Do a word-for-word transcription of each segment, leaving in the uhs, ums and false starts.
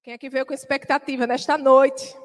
Quem é que veio com expectativa nesta noite?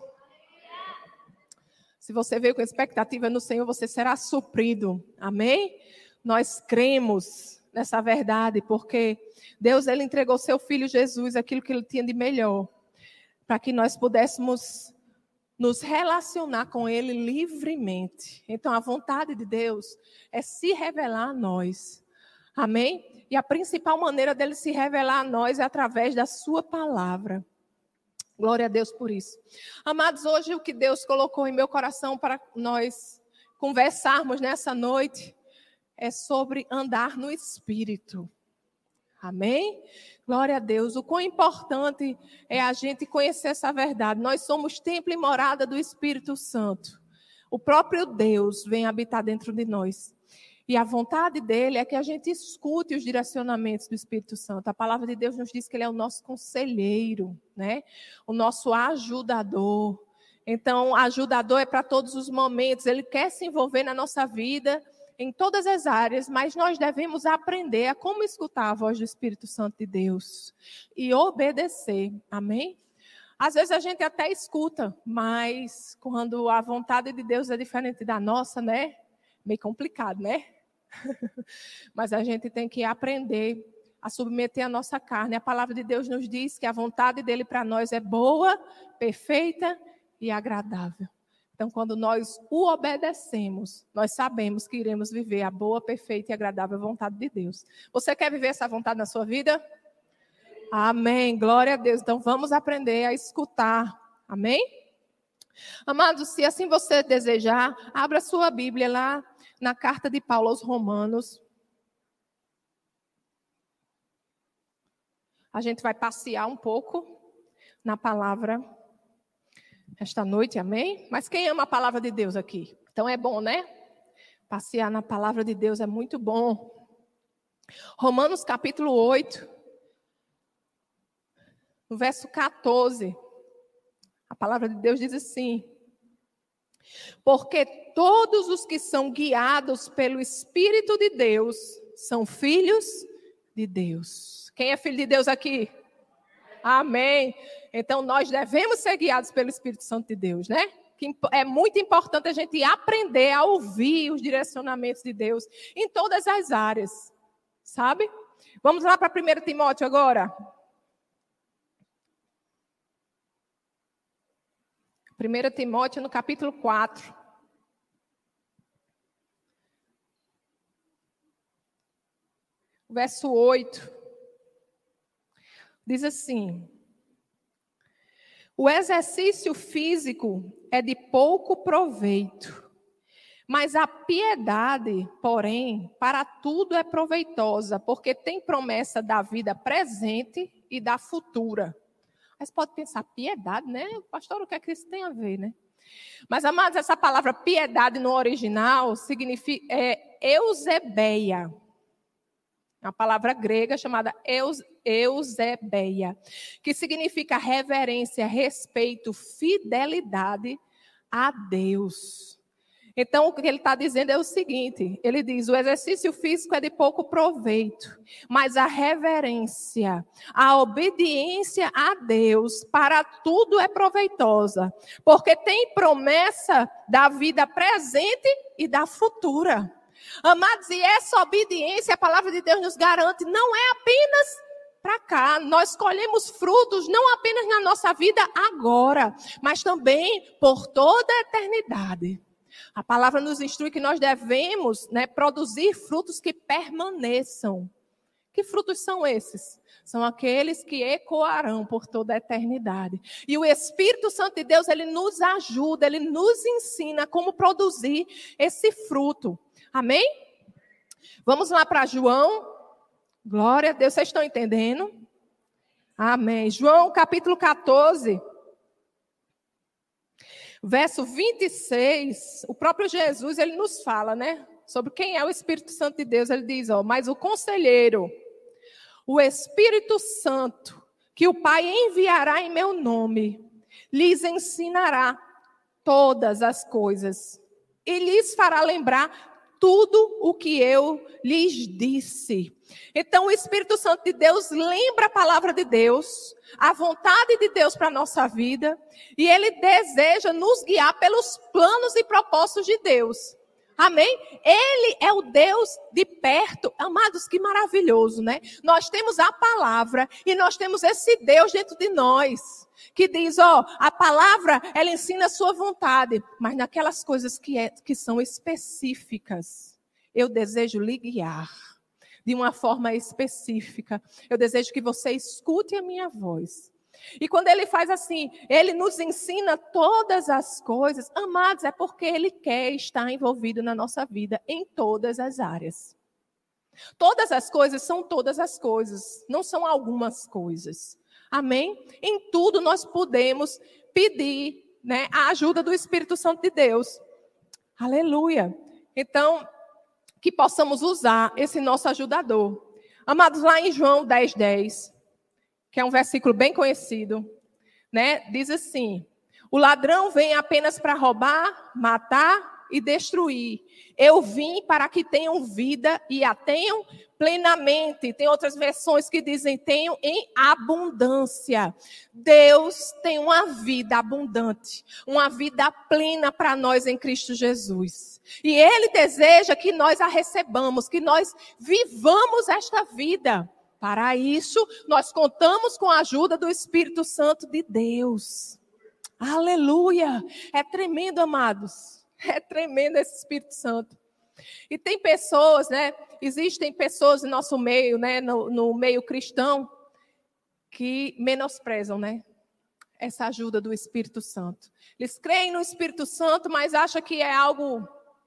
Se você veio com expectativa no Senhor, você será suprido. Amém? Nós cremos nessa verdade, porque Deus ele entregou seu Filho Jesus, aquilo que ele tinha de melhor, para que nós pudéssemos nos relacionar com Ele livremente. Então, a vontade de Deus é se revelar a nós. Amém? E a principal maneira dele se revelar a nós é através da sua palavra. Glória a Deus por isso. Amados, hoje o que Deus colocou em meu coração para nós conversarmos nessa noite é sobre andar no Espírito. Amém? Glória a Deus. O quão importante é a gente conhecer essa verdade. Nós somos templo e morada do Espírito Santo. O próprio Deus vem habitar dentro de nós. E a vontade dele é que a gente escute os direcionamentos do Espírito Santo. A palavra de Deus nos diz que ele é o nosso conselheiro, né? O nosso ajudador. Então, ajudador é para todos os momentos. Ele quer se envolver na nossa vida em todas as áreas, mas nós devemos aprender a como escutar a voz do Espírito Santo de Deus e obedecer. Amém? Às vezes a gente até escuta, mas quando a vontade de Deus é diferente da nossa, né? Meio complicado, né? Mas a gente tem que aprender a submeter a nossa carne. A palavra de Deus nos diz que a vontade dele para nós é boa, perfeita e agradável. Então, quando nós o obedecemos, nós sabemos que iremos viver a boa, perfeita e agradável vontade de Deus. Você quer viver essa vontade na sua vida? Amém. Glória a Deus. Então, vamos aprender a escutar. Amém? Amados, se assim você desejar, abra sua Bíblia lá na carta de Paulo aos Romanos. A gente vai passear um pouco na palavra esta noite, amém? Mas quem ama a palavra de Deus aqui? Então é bom, né? Passear na palavra de Deus é muito bom. Romanos capítulo oito, no verso catorze. A palavra de Deus diz assim: porque todos os que são guiados pelo Espírito de Deus são filhos de Deus. Quem é filho de Deus aqui? Amém. Então, nós devemos ser guiados pelo Espírito Santo de Deus, né? Que é muito importante a gente aprender a ouvir os direcionamentos de Deus em todas as áreas, sabe? Vamos lá para primeiro Timóteo agora. primeiro Timóteo, no capítulo quatro. Verso oito. Diz assim: o exercício físico é de pouco proveito, mas a piedade, porém, para tudo é proveitosa, porque tem promessa da vida presente e da futura. Mas pode pensar, piedade, né? Pastor, o que é que isso tem a ver, né? Mas, amados, essa palavra piedade no original significa é, eusebeia. É uma palavra grega chamada eus, eusebeia, que significa reverência, respeito, fidelidade a Deus. Então, o que ele está dizendo é o seguinte, ele diz, o exercício físico é de pouco proveito, mas a reverência, a obediência a Deus, para tudo é proveitosa, porque tem promessa da vida presente e da futura. Amados, e essa obediência, a palavra de Deus nos garante, não é apenas para cá. Nós colhemos frutos não apenas na nossa vida agora, mas também por toda a eternidade. A palavra nos instrui que nós devemos, né, produzir frutos que permaneçam. Que frutos são esses? São aqueles que ecoarão por toda a eternidade. E o Espírito Santo de Deus, ele nos ajuda, ele nos ensina como produzir esse fruto. Amém? Vamos lá para João. Glória a Deus, vocês estão entendendo? Amém. João capítulo catorze. Verso vinte e seis, o próprio Jesus, ele nos fala, né? Sobre quem é o Espírito Santo de Deus. Ele diz, ó, mas o conselheiro, o Espírito Santo, que o Pai enviará em meu nome, lhes ensinará todas as coisas e lhes fará lembrar tudo o que eu lhes disse. Então, o Espírito Santo de Deus lembra a palavra de Deus, a vontade de Deus para a nossa vida, e Ele deseja nos guiar pelos planos e propósitos de Deus. Amém? Ele é o Deus de perto. Amados, que maravilhoso, né? Nós temos a palavra e nós temos esse Deus dentro de nós, que diz, ó, a palavra, ela ensina a sua vontade, mas naquelas coisas que, é, que são específicas, eu desejo lhe guiar de uma forma específica. Eu desejo que você escute a minha voz. E quando ele faz assim, ele nos ensina todas as coisas, amados, é porque ele quer estar envolvido na nossa vida em todas as áreas. Todas as coisas são todas as coisas, não são algumas coisas. Amém? Em tudo nós podemos pedir, né, a ajuda do Espírito Santo de Deus. Aleluia. Então, que possamos usar esse nosso ajudador. Amados, lá em João dez, dez, que é um versículo bem conhecido, né? Diz assim: o ladrão vem apenas para roubar, matar e destruir. Eu vim para que tenham vida e a tenham plenamente. Tem outras versões que dizem tenham em abundância. Deus tem uma vida abundante, uma vida plena para nós em Cristo Jesus. E Ele deseja que nós a recebamos, que nós vivamos esta vida. Para isso, nós contamos com a ajuda do Espírito Santo de Deus. Aleluia! É tremendo, amados. É tremendo esse Espírito Santo. E tem pessoas, né? Existem pessoas no nosso meio, né? No, no meio cristão, que menosprezam, né? Essa ajuda do Espírito Santo. Eles creem no Espírito Santo, mas acham que é algo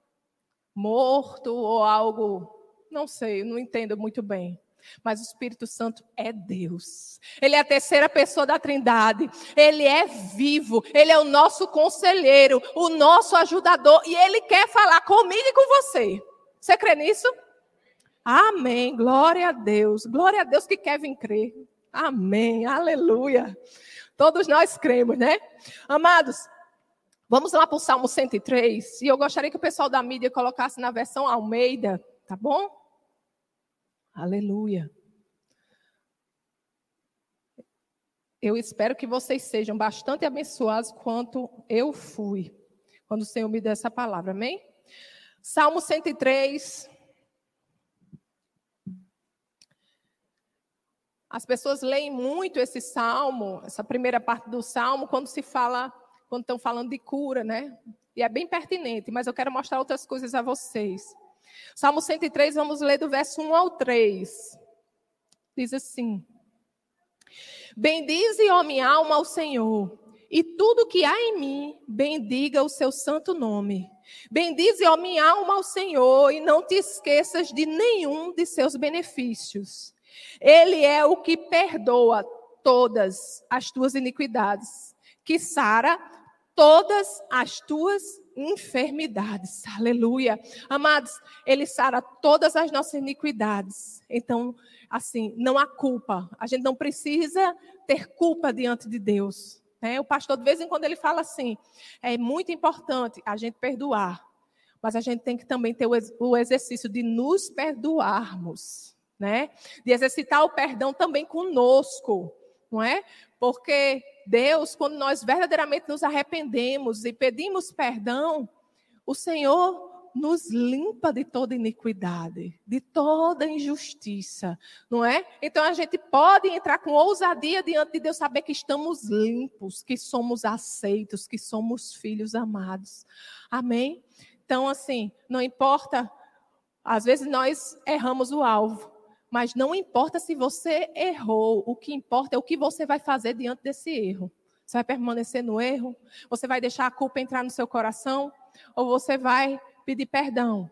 morto ou algo, não sei, eu não entendo muito bem. Mas o Espírito Santo é Deus. Ele é a terceira pessoa da Trindade. Ele é vivo. Ele é o nosso conselheiro, o nosso ajudador. E Ele quer falar comigo e com você. Você crê nisso? Amém. Glória a Deus. Glória a Deus que quer vir crer. Amém. Aleluia. Todos nós cremos, né? Amados, vamos lá para o Salmo cento e três. E eu gostaria que o pessoal da mídia colocasse na versão Almeida. Tá bom? Aleluia. Eu espero que vocês sejam bastante abençoados quanto eu fui, quando o Senhor me deu essa palavra, amém? Salmo cento e três. As pessoas leem muito esse salmo, essa primeira parte do salmo, quando se fala, quando estão falando de cura, né? E é bem pertinente, mas eu quero mostrar outras coisas a vocês. Salmo cento e três, vamos ler do verso um ao três. Diz assim: bendize, ó minha alma, ao Senhor, e tudo que há em mim, bendiga o seu santo nome. Bendize, ó minha alma, ao Senhor, e não te esqueças de nenhum de seus benefícios. Ele é o que perdoa todas as tuas iniquidades, que sara todas as tuas enfermidades. Aleluia. Amados, Ele sara todas as nossas iniquidades. Então, assim, não há culpa. A gente não precisa ter culpa diante de Deus. Né? O pastor, de vez em quando, ele fala assim, é muito importante a gente perdoar, mas a gente tem que também ter o exercício de nos perdoarmos, né? De exercitar o perdão também conosco, não é? Porque Deus, quando nós verdadeiramente nos arrependemos e pedimos perdão, o Senhor nos limpa de toda iniquidade, de toda injustiça, não é? Então a gente pode entrar com ousadia diante de Deus, saber que estamos limpos, que somos aceitos, que somos filhos amados. Amém? Então, assim, não importa, às vezes nós erramos o alvo, mas não importa se você errou, o que importa é o que você vai fazer diante desse erro. Você vai permanecer no erro? Você vai deixar a culpa entrar no seu coração? Ou você vai pedir perdão?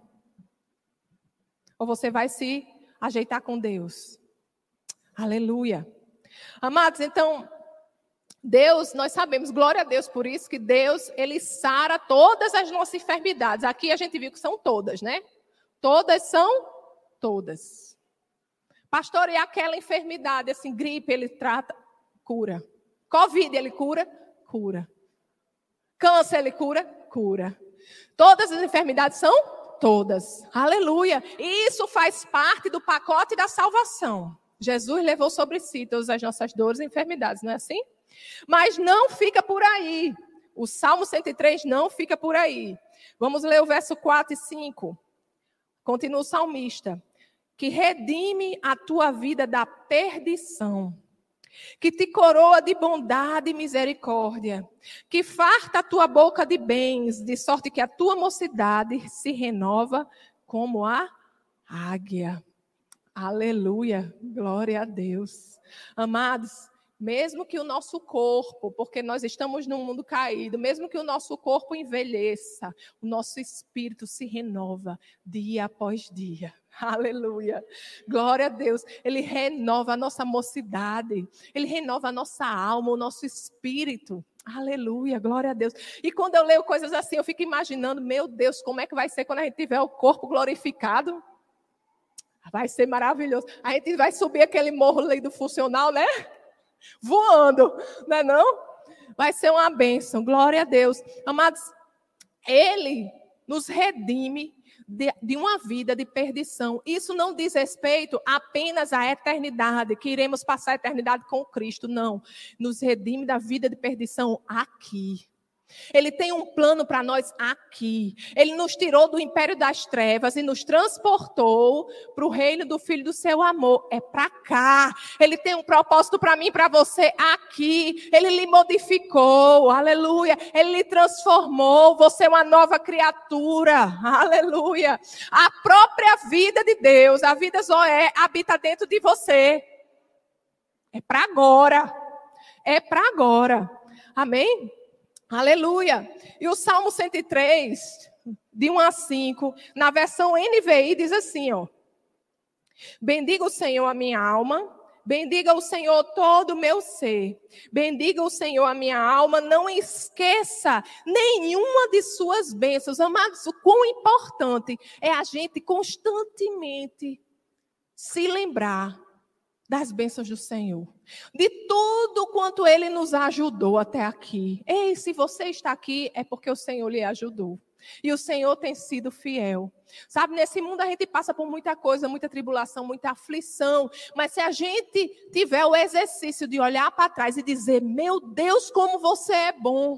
Ou você vai se ajeitar com Deus? Aleluia. Amados, então, Deus, nós sabemos, glória a Deus por isso, que Deus, Ele sara todas as nossas enfermidades. Aqui a gente viu que são todas, né? Todas são todas. Pastor, e aquela enfermidade, assim, gripe, Ele trata, cura. Covid, Ele cura? Cura. Câncer, Ele cura? Cura. Todas as enfermidades são todas. Aleluia. E isso faz parte do pacote da salvação. Jesus levou sobre si todas as nossas dores e enfermidades, não é assim? Mas não fica por aí. O Salmo cento e três não fica por aí. Vamos ler o verso quatro e cinco. Continua o salmista. Que redime a tua vida da perdição, que te coroa de bondade e misericórdia, que farta a tua boca de bens, de sorte que a tua mocidade se renova como a águia. Aleluia, glória a Deus. Amados, mesmo que o nosso corpo, porque nós estamos num mundo caído, mesmo que o nosso corpo envelheça, o nosso espírito se renova dia após dia. Aleluia, glória a Deus. Ele renova a nossa mocidade, Ele renova a nossa alma, o nosso espírito. Aleluia, glória a Deus. E quando eu leio coisas assim, eu fico imaginando, meu Deus, como é que vai ser quando a gente tiver o corpo glorificado? Vai ser maravilhoso. A gente vai subir aquele morro ali do funcional, né? Voando, não é não? Vai ser uma bênção, glória a Deus. Amados, Ele nos redime de, de uma vida de perdição. Isso não diz respeito apenas à eternidade, que iremos passar a eternidade com Cristo, não. Nos redime da vida de perdição aqui. Ele tem um plano para nós aqui. Ele nos tirou do império das trevas e nos transportou para o reino do Filho do seu amor. É para cá. Ele tem um propósito para mim e para você aqui. Ele lhe modificou. Aleluia. Ele lhe transformou. Você é uma nova criatura. Aleluia. A própria vida de Deus, a vida Zoé, habita dentro de você. É para agora. É para agora. Amém? Aleluia. E o Salmo cento e três, de um a cinco, na versão N V I, diz assim, ó. Bendiga o Senhor a minha alma, bendiga o Senhor todo o meu ser. Bendiga o Senhor a minha alma, não esqueça nenhuma de suas bênçãos. Amados, o quão importante é a gente constantemente se lembrar das bênçãos do Senhor, de tudo quanto Ele nos ajudou até aqui. Ei, se você está aqui, é porque o Senhor lhe ajudou. E o Senhor tem sido fiel. Sabe, nesse mundo a gente passa por muita coisa, muita tribulação, muita aflição. Mas se a gente tiver o exercício de olhar para trás e dizer, meu Deus, como você é bom.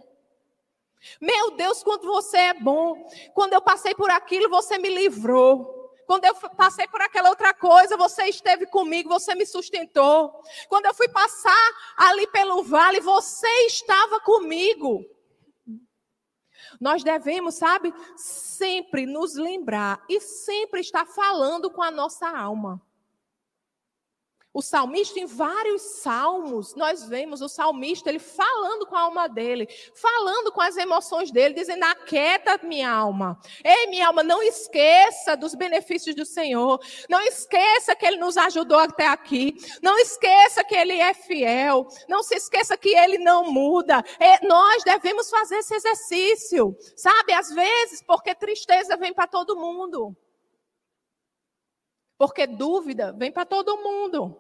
Meu Deus, quanto você é bom. Quando eu passei por aquilo, você me livrou. Quando eu passei por aquela outra coisa, você esteve comigo, você me sustentou. Quando eu fui passar ali pelo vale, você estava comigo. Nós devemos, sabe, sempre nos lembrar e sempre estar falando com a nossa alma. O salmista, em vários salmos, nós vemos o salmista, ele falando com a alma dele, falando com as emoções dele, dizendo, aquieta minha alma. Ei, minha alma, não esqueça dos benefícios do Senhor. Não esqueça que Ele nos ajudou até aqui. Não esqueça que Ele é fiel. Não se esqueça que Ele não muda. E nós devemos fazer esse exercício, sabe? Às vezes, porque tristeza vem para todo mundo. Porque dúvida vem para todo mundo.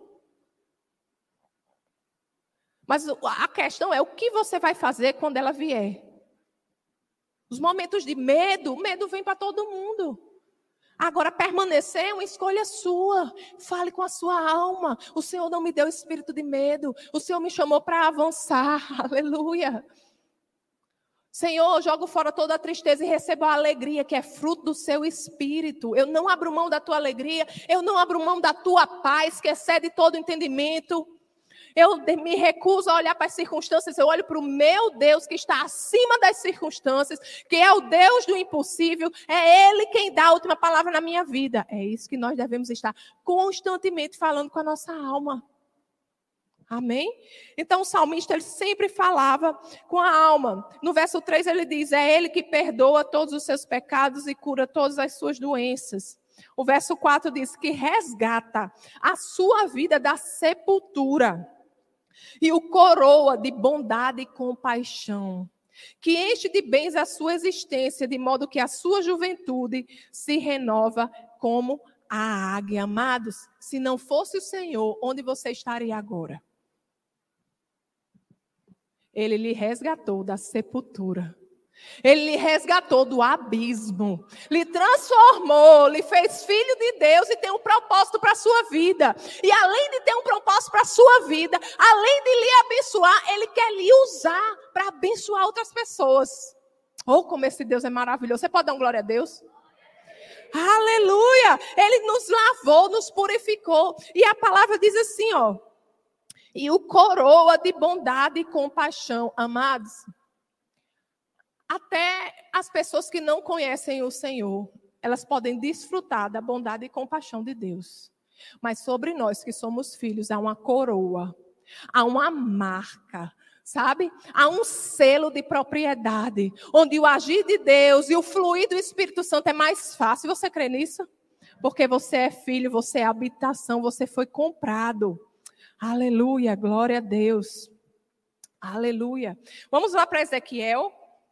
Mas a questão é o que você vai fazer quando ela vier. Os momentos de medo, o medo vem para todo mundo. Agora, permanecer é uma escolha sua. Fale com a sua alma. O Senhor não me deu espírito de medo. O Senhor me chamou para avançar. Aleluia. Senhor, eu jogo fora toda a tristeza e recebo a alegria que é fruto do seu espírito. Eu não abro mão da tua alegria. Eu não abro mão da tua paz que excede todo entendimento. Eu me recuso a olhar para as circunstâncias, eu olho para o meu Deus que está acima das circunstâncias, que é o Deus do impossível, é Ele quem dá a última palavra na minha vida. É isso que nós devemos estar constantemente falando com a nossa alma. Amém? Então o salmista ele sempre falava com a alma. No verso três ele diz, é Ele que perdoa todos os seus pecados e cura todas as suas doenças. O verso quatro diz que resgata a sua vida da sepultura. E o coroa de bondade e compaixão, que enche de bens a sua existência, de modo que a sua juventude se renova como a águia. Amados, se não fosse o Senhor, onde você estaria agora? Ele lhe resgatou da sepultura. Ele lhe resgatou do abismo, lhe transformou, lhe fez filho de Deus e tem um propósito para a sua vida. E além de ter um propósito para a sua vida, além de lhe abençoar, Ele quer lhe usar para abençoar outras pessoas. Oh, como esse Deus é maravilhoso. Você pode dar um glória a Deus? Aleluia! Ele nos lavou, nos purificou. E a palavra diz assim, ó. E o coroa de bondade e compaixão. Amados, até as pessoas que não conhecem o Senhor, elas podem desfrutar da bondade e compaixão de Deus. Mas sobre nós que somos filhos, há uma coroa, há uma marca, sabe? Há um selo de propriedade, onde o agir de Deus e o fluir do Espírito Santo é mais fácil. Você crê nisso? Porque você é filho, você é habitação, você foi comprado. Aleluia, glória a Deus. Aleluia. Vamos lá para Ezequiel.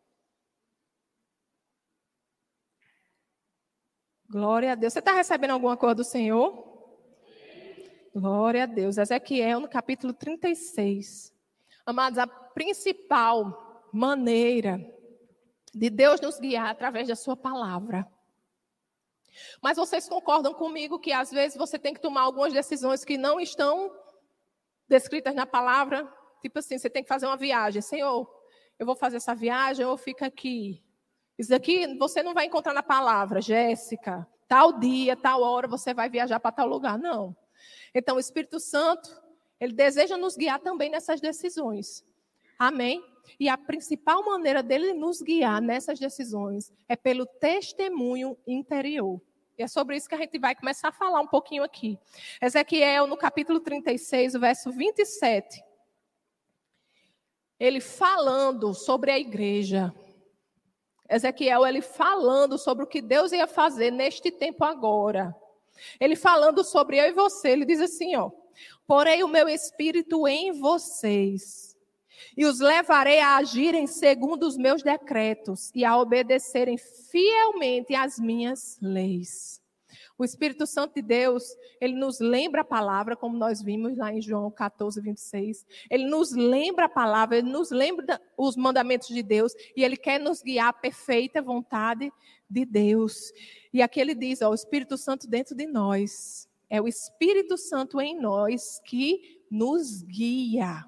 Glória a Deus. Você está recebendo alguma coisa do Senhor? Glória a Deus. Ezequiel, no capítulo trinta e seis. Amados, a principal maneira de Deus nos guiar através da sua palavra. Mas vocês concordam comigo que às vezes você tem que tomar algumas decisões que não estão descritas na palavra? Tipo assim, você tem que fazer uma viagem. Senhor, eu vou fazer essa viagem ou fica aqui? Isso aqui você não vai encontrar na palavra, Jéssica, tal dia, tal hora você vai viajar para tal lugar. Não. Então, o Espírito Santo, ele deseja nos guiar também nessas decisões. Amém? E a principal maneira dele nos guiar nessas decisões é pelo testemunho interior. E é sobre isso que a gente vai começar a falar um pouquinho aqui. Ezequiel, no capítulo trinta e seis, o verso vinte e sete. Ele falando sobre a igreja. Ezequiel, ele falando sobre o que Deus ia fazer neste tempo agora. Ele falando sobre eu e você, ele diz assim, ó. Porei o meu espírito em vocês e os levarei a agirem segundo os meus decretos e a obedecerem fielmente às minhas leis. O Espírito Santo de Deus, ele nos lembra a palavra, como nós vimos lá em João catorze, vinte e seis. Ele nos lembra a palavra, ele nos lembra os mandamentos de Deus e ele quer nos guiar à perfeita vontade de Deus. E aqui ele diz, ó, o Espírito Santo dentro de nós. É o Espírito Santo em nós que nos guia.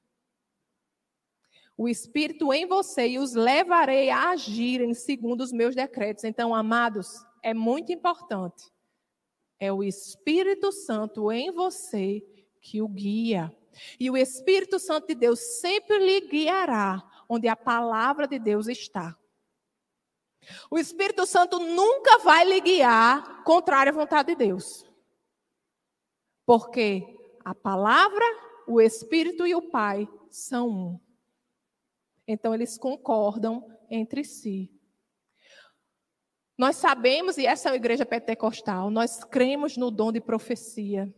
O Espírito em você e os levarei a agirem segundo os meus decretos. Então, amados, é muito importante. É o Espírito Santo em você que o guia. E o Espírito Santo de Deus sempre lhe guiará onde a palavra de Deus está. O Espírito Santo nunca vai lhe guiar contrário à vontade de Deus. Porque a palavra, o Espírito e o Pai são um. Então, eles concordam entre si. Nós sabemos, e essa é a igreja pentecostal, nós cremos no dom de profecia.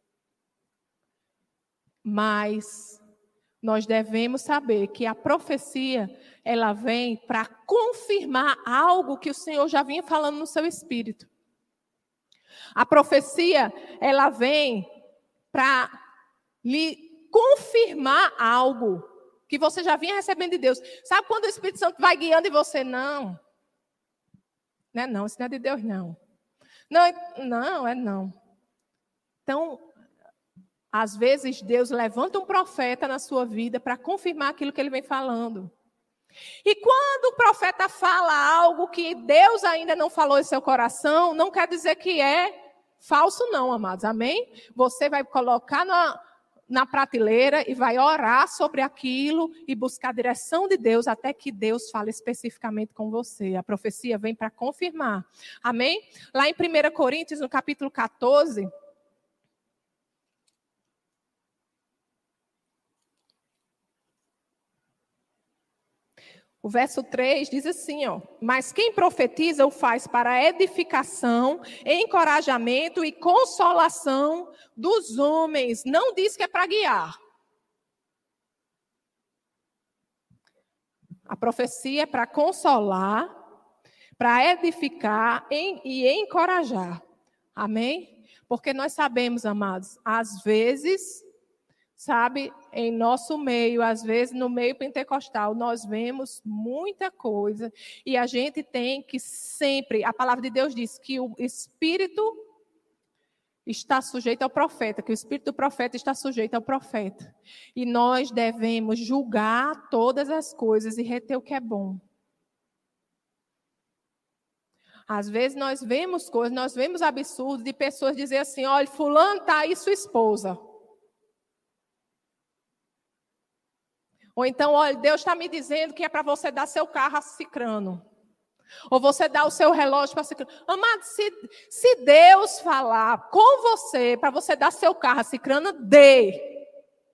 Mas nós devemos saber que a profecia, ela vem para confirmar algo que o Senhor já vinha falando no seu espírito. A profecia, ela vem para lhe confirmar algo que você já vinha recebendo de Deus. Sabe quando o Espírito Santo vai guiando e você não? Não é não, isso não é de Deus, não. Não, não, é não. Então, às vezes, Deus levanta um profeta na sua vida para confirmar aquilo que ele vem falando. E quando o profeta fala algo que Deus ainda não falou em seu coração, não quer dizer que é falso, não, amados. Amém? Você vai colocar na, na prateleira e vai orar sobre aquilo e buscar a direção de Deus até que Deus fale especificamente com você. A profecia vem para confirmar. Amém? Lá em primeira Coríntios, no capítulo catorze... O verso três diz assim, ó, mas quem profetiza o faz para edificação, encorajamento e consolação dos homens. Não diz que é para guiar. A profecia é para consolar, para edificar e encorajar. Amém? Porque nós sabemos, amados, às vezes Sabe, em nosso meio, às vezes no meio pentecostal, nós vemos muita coisa e a gente tem que sempre, a palavra de Deus diz que o Espírito está sujeito ao profeta, que o Espírito do profeta está sujeito ao profeta. E nós devemos julgar todas as coisas e reter o que é bom. Às vezes nós vemos coisas, nós vemos absurdos de pessoas dizer assim, olha, fulano está aí sua esposa. Ou então, olha, Deus está me dizendo que é para você dar seu carro a cicrano. Ou você dar o seu relógio para cicrano. Amado, se, se Deus falar com você, para você dar seu carro a cicrano, dê.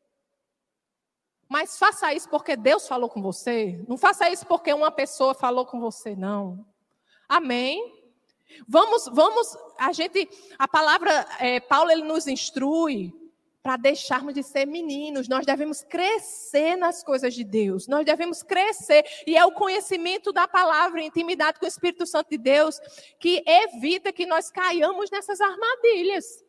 Mas faça isso porque Deus falou com você. Não faça isso porque uma pessoa falou com você, não. Amém? Vamos, vamos, a gente, a palavra, é, Paulo, ele nos instrui para deixarmos de ser meninos. Nós devemos crescer nas coisas de Deus. Nós devemos crescer. E é o conhecimento da palavra, a intimidade com o Espírito Santo de Deus, que evita que nós caiamos nessas armadilhas.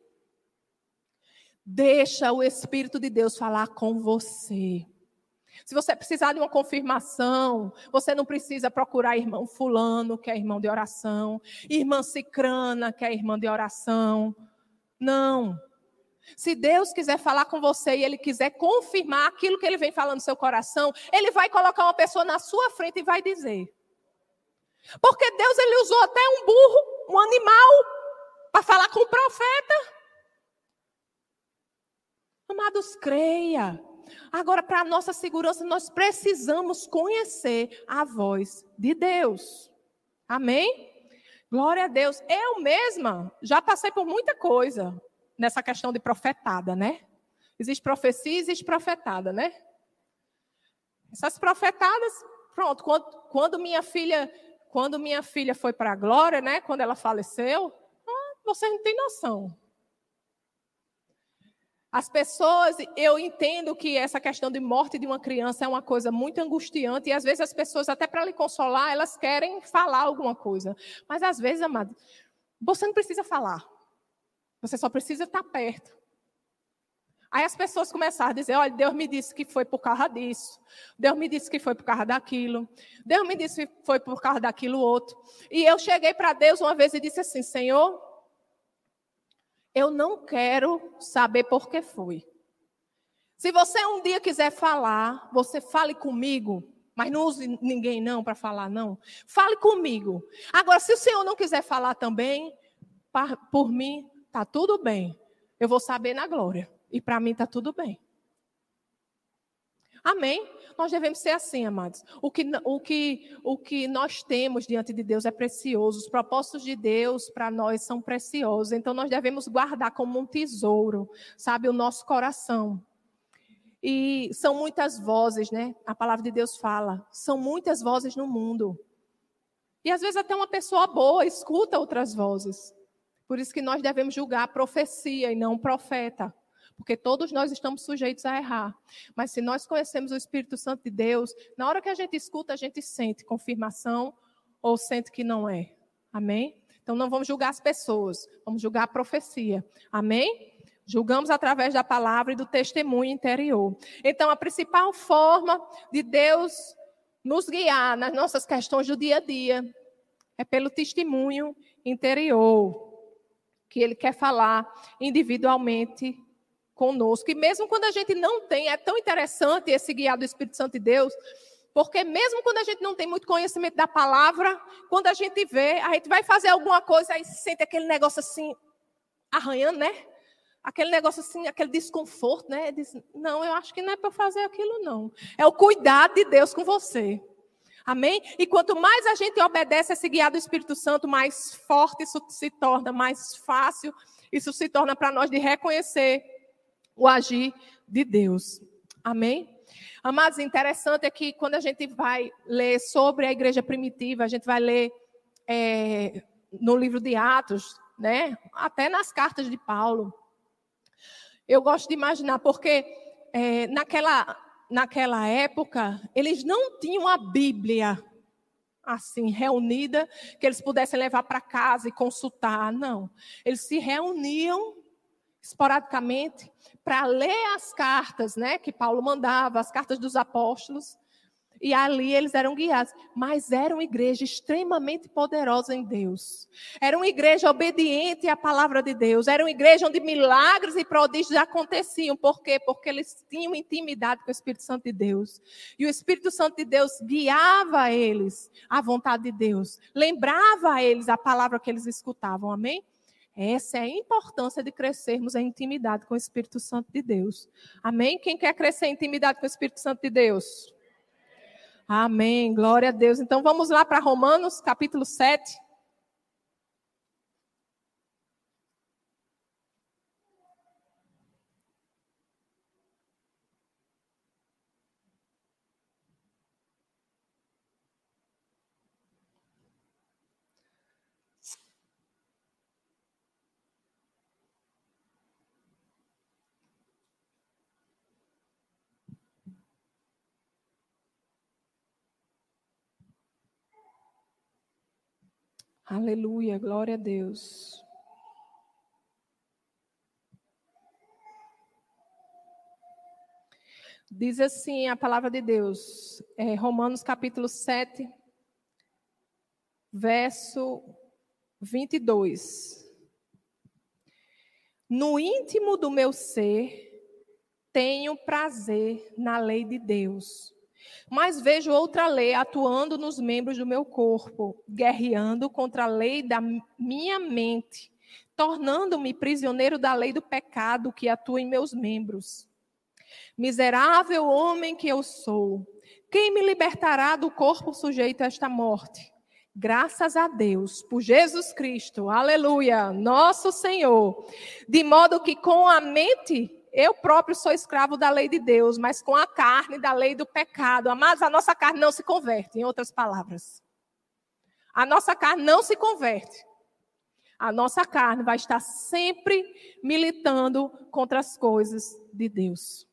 Deixa o Espírito de Deus falar com você. Se você precisar de uma confirmação, você não precisa procurar irmão fulano, que é irmão de oração, irmã cicrana, que é irmã de oração. Não. Se Deus quiser falar com você e Ele quiser confirmar aquilo que Ele vem falando no seu coração, Ele vai colocar uma pessoa na sua frente e vai dizer. Porque Deus, Ele usou até um burro, um animal, para falar com o profeta. Amados, creia. Agora, para a nossa segurança, nós precisamos conhecer a voz de Deus. Amém? Glória a Deus. Eu mesma já passei por muita coisa nessa questão de profetada, né? Existe profecia, existe profetada, né? Essas profetadas, pronto, quando, quando minha filha, quando minha filha foi para a glória, né? Quando ela faleceu, ah, vocês não têm noção. As pessoas, eu entendo que essa questão de morte de uma criança é uma coisa muito angustiante, e às vezes as pessoas, até para lhe consolar, elas querem falar alguma coisa. Mas às vezes, amado, você não precisa falar. Você só precisa estar perto. Aí as pessoas começaram a dizer, olha, Deus me disse que foi por causa disso. Deus me disse que foi por causa daquilo. Deus me disse que foi por causa daquilo outro. E eu cheguei para Deus uma vez e disse assim, Senhor, eu não quero saber por que foi. Se você um dia quiser falar, você fale comigo, mas não use ninguém não para falar não. Fale comigo. Agora, se o Senhor não quiser falar também, por mim, está tudo bem. Eu vou saber na glória. E para mim está tudo bem. Amém? Nós devemos ser assim, amados. O que, o, que, o que nós temos diante de Deus é precioso. Os propósitos de Deus para nós são preciosos. Então nós devemos guardar como um tesouro, sabe, o nosso coração. E são muitas vozes, né? A palavra de Deus fala. São muitas vozes no mundo. E às vezes até uma pessoa boa escuta outras vozes. Por isso que nós devemos julgar a profecia e não o profeta. Porque todos nós estamos sujeitos a errar. Mas se nós conhecemos o Espírito Santo de Deus, na hora que a gente escuta, a gente sente confirmação ou sente que não é. Amém? Então não vamos julgar as pessoas, vamos julgar a profecia. Amém? Julgamos através da palavra e do testemunho interior. Então a principal forma de Deus nos guiar nas nossas questões do dia a dia é pelo testemunho interior, que Ele quer falar individualmente conosco. E mesmo quando a gente não tem, é tão interessante esse guiar do Espírito Santo de Deus, porque mesmo quando a gente não tem muito conhecimento da palavra, quando a gente vê, a gente vai fazer alguma coisa, aí sente aquele negócio assim, arranhando, né? Aquele negócio assim, aquele desconforto, né? Diz, não, eu acho que não é para fazer aquilo, não. É o cuidado de Deus com você. Amém? E quanto mais a gente obedece a esse guiar do Espírito Santo, mais forte isso se torna, mais fácil isso se torna para nós de reconhecer o agir de Deus. Amém? Amados, interessante é que quando a gente vai ler sobre a igreja primitiva, a gente vai ler é, no livro de Atos, né? Até nas cartas de Paulo. Eu gosto de imaginar, porque é, naquela, naquela época, eles não tinham a Bíblia assim, reunida, que eles pudessem levar para casa e consultar. Não. Eles se reuniam, esporadicamente, para ler as cartas, né, que Paulo mandava, as cartas dos apóstolos, e ali eles eram guiados. Mas era uma igreja extremamente poderosa em Deus. Era uma igreja obediente à palavra de Deus. Era uma igreja onde milagres e prodígios aconteciam. Por quê? Porque eles tinham intimidade com o Espírito Santo de Deus. E o Espírito Santo de Deus guiava eles à vontade de Deus. Lembrava a eles a palavra que eles escutavam. Amém? Essa é a importância de crescermos em intimidade com o Espírito Santo de Deus. Amém? Quem quer crescer em intimidade com o Espírito Santo de Deus? Amém. Glória a Deus. Então vamos lá para Romanos, capítulo sete. Aleluia, glória a Deus. Diz assim a palavra de Deus, é, Romanos capítulo sete, verso vinte e dois. No íntimo do meu ser, tenho prazer na lei de Deus, mas vejo outra lei atuando nos membros do meu corpo, guerreando contra a lei da minha mente, tornando-me prisioneiro da lei do pecado que atua em meus membros. Miserável homem que eu sou, quem me libertará do corpo sujeito a esta morte? Graças a Deus, por Jesus Cristo, aleluia, nosso Senhor. De modo que com a mente, eu próprio sou escravo da lei de Deus, mas com a carne da lei do pecado. Amados, a nossa carne não se converte, em outras palavras. A nossa carne não se converte. A nossa carne vai estar sempre militando contra as coisas de Deus.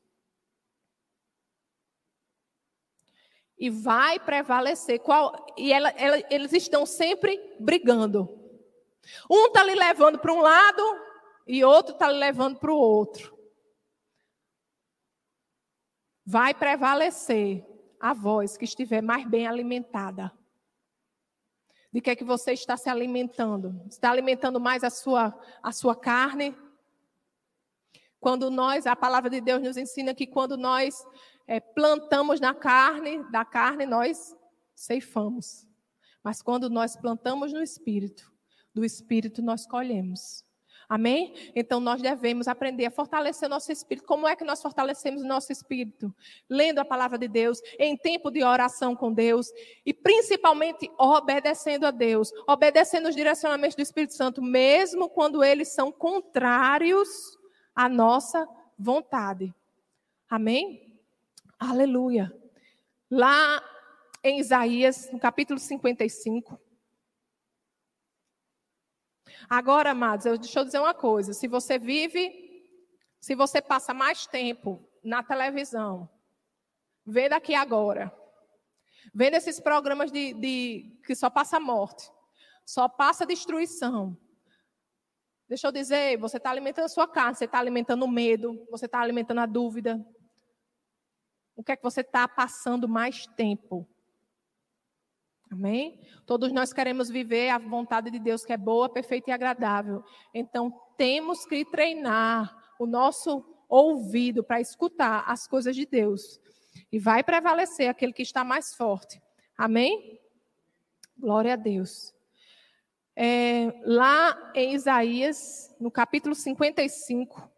E vai prevalecer. Qual, e ela, ela, eles estão sempre brigando. Um está lhe levando para um lado e outro está lhe levando para o outro. Vai prevalecer a voz que estiver mais bem alimentada. De que é que você está se alimentando? Está alimentando mais a sua, a sua carne? Quando nós, a palavra de Deus nos ensina que quando nós é, plantamos na carne, da carne nós ceifamos. Mas quando nós plantamos no Espírito, do Espírito nós colhemos. Amém? Então nós devemos aprender a fortalecer o nosso espírito. Como é que nós fortalecemos o nosso espírito? Lendo a palavra de Deus, em tempo de oração com Deus e principalmente obedecendo a Deus, obedecendo os direcionamentos do Espírito Santo, mesmo quando eles são contrários à nossa vontade. Amém? Aleluia. Lá em Isaías, no capítulo cinquenta e cinco. Agora, amados, eu, deixa eu dizer uma coisa. Se você vive, se você passa mais tempo na televisão, vendo aqui agora, vendo esses programas de, de, que só passa morte, só passa destruição. Deixa eu dizer, você está alimentando a sua carne, você está alimentando o medo, você está alimentando a dúvida. O que é que você está passando mais tempo? Amém? Todos nós queremos viver a vontade de Deus que é boa, perfeita e agradável. Então, temos que treinar o nosso ouvido para escutar as coisas de Deus. E vai prevalecer aquele que está mais forte. Amém? Glória a Deus. É, lá em Isaías, no capítulo cinquenta e cinco,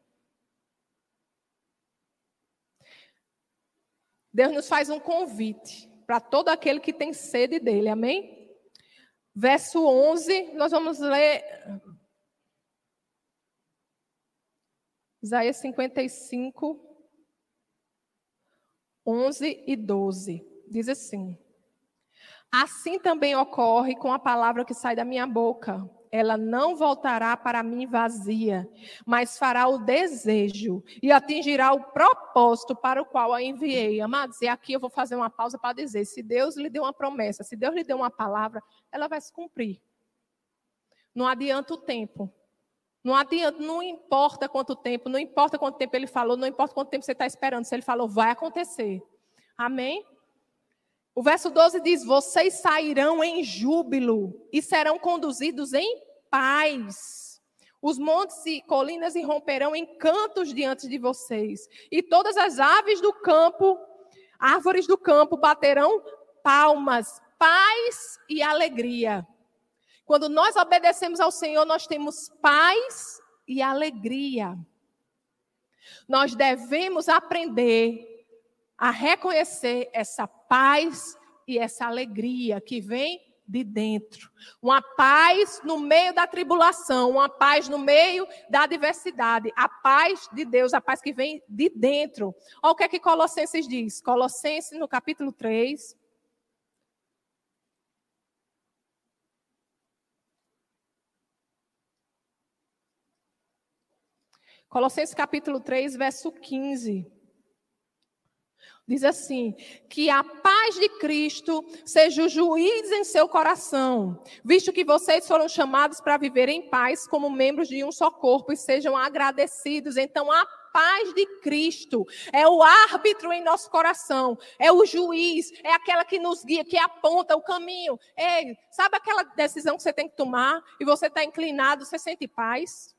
Deus nos faz um convite para todo aquele que tem sede dele, amém? Verso onze, nós vamos ler Isaías cinquenta e cinco, onze e doze. Diz assim: assim também ocorre com a palavra que sai da minha boca. Ela não voltará para mim vazia, mas fará o desejo e atingirá o propósito para o qual a enviei. Amados, e aqui eu vou fazer uma pausa para dizer, se Deus lhe deu uma promessa, se Deus lhe deu uma palavra, ela vai se cumprir. Não adianta o tempo. Não adianta, não importa quanto tempo, não importa quanto tempo ele falou, não importa quanto tempo você está esperando. Se ele falou, vai acontecer. Amém? O verso doze diz, vocês sairão em júbilo e serão conduzidos em paz. Os montes e colinas irromperão em cantos diante de vocês. E todas as aves do campo, árvores do campo, baterão palmas, paz e alegria. Quando nós obedecemos ao Senhor, nós temos paz e alegria. Nós devemos aprender a reconhecer essa paz e essa alegria que vem de dentro. Uma paz no meio da tribulação, uma paz no meio da adversidade. A paz de Deus, a paz que vem de dentro. Olha o que é que Colossenses diz. Colossenses, no capítulo três. Colossenses capítulo três, verso quinze. Diz assim, que a paz de Cristo seja o juiz em seu coração, visto que vocês foram chamados para viver em paz como membros de um só corpo e sejam agradecidos. Então, a paz de Cristo é o árbitro em nosso coração, é o juiz, é aquela que nos guia, que aponta o caminho. Ei, sabe aquela decisão que você tem que tomar e você está inclinado, você sente paz?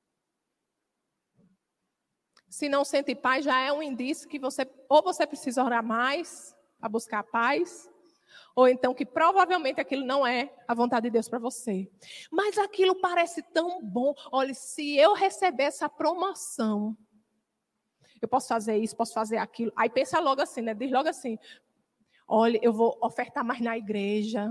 Se não sente paz, já é um indício que você, ou você precisa orar mais para buscar paz, ou então que provavelmente aquilo não é a vontade de Deus para você. Mas aquilo parece tão bom. Olha, se eu receber essa promoção, eu posso fazer isso, posso fazer aquilo. Aí pensa logo assim, né? Diz logo assim, olha, eu vou ofertar mais na igreja.